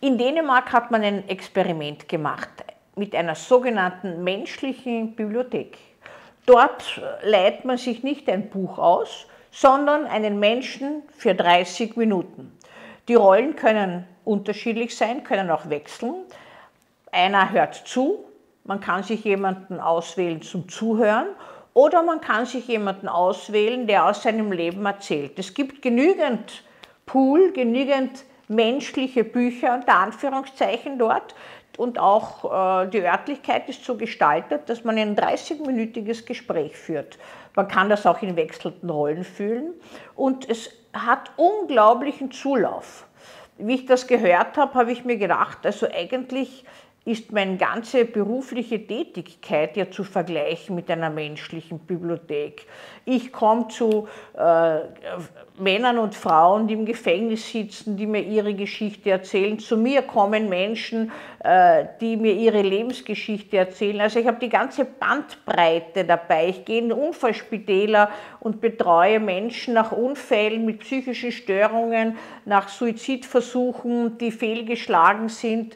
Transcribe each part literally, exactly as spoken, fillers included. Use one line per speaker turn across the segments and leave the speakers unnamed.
In Dänemark hat man ein Experiment gemacht mit einer sogenannten menschlichen Bibliothek. Dort leiht man sich nicht ein Buch aus, sondern einen Menschen für dreißig Minuten. Die Rollen können unterschiedlich sein, können auch wechseln. Einer hört zu, man kann sich jemanden auswählen zum Zuhören oder man kann sich jemanden auswählen, der aus seinem Leben erzählt. Es gibt genügend Pool, genügend menschliche Bücher unter Anführungszeichen dort und auch äh, die Örtlichkeit ist so gestaltet, dass man ein dreißigminütiges Gespräch führt. Man kann das auch in wechselnden Rollen fühlen und es hat unglaublichen Zulauf. Wie ich das gehört habe, habe ich mir gedacht, also eigentlich ist meine ganze berufliche Tätigkeit ja zu vergleichen mit einer menschlichen Bibliothek. Ich komme zu äh, Männern und Frauen, die im Gefängnis sitzen, die mir ihre Geschichte erzählen. Zu mir kommen Menschen, äh, die mir ihre Lebensgeschichte erzählen. Also ich habe die ganze Bandbreite dabei. Ich gehe in Unfallspitäler und betreue Menschen nach Unfällen mit psychischen Störungen, nach Suizidversuchen, die fehlgeschlagen sind,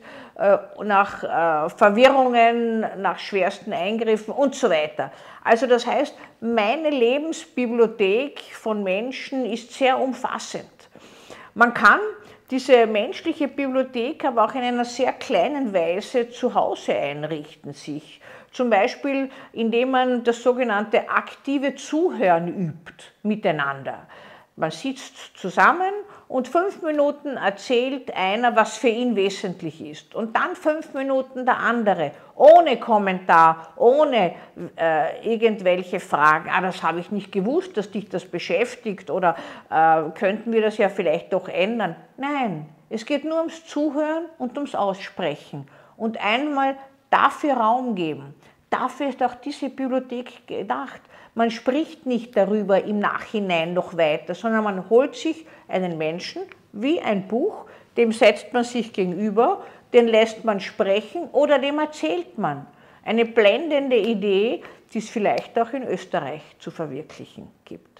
nach äh, Verwirrungen, nach schwersten Eingriffen und so weiter. Also das heißt, meine Lebensbibliothek von Menschen ist sehr umfassend. Man kann diese menschliche Bibliothek aber auch in einer sehr kleinen Weise zu Hause einrichten sich. Zum Beispiel, indem man das sogenannte aktive Zuhören übt miteinander. Man sitzt zusammen und fünf Minuten erzählt einer, was für ihn wesentlich ist. Und dann fünf Minuten der andere, ohne Kommentar, ohne äh, irgendwelche Fragen. Ah, das habe ich nicht gewusst, dass dich das beschäftigt oder äh, könnten wir das ja vielleicht doch ändern. Nein, es geht nur ums Zuhören und ums Aussprechen. Und einmal dafür Raum geben. Dafür ist auch diese Bibliothek gedacht. Man spricht nicht darüber im Nachhinein noch weiter, sondern man holt sich einen Menschen wie ein Buch, dem setzt man sich gegenüber, den lässt man sprechen oder dem erzählt man. Eine blendende Idee, die es vielleicht auch in Österreich zu verwirklichen gibt.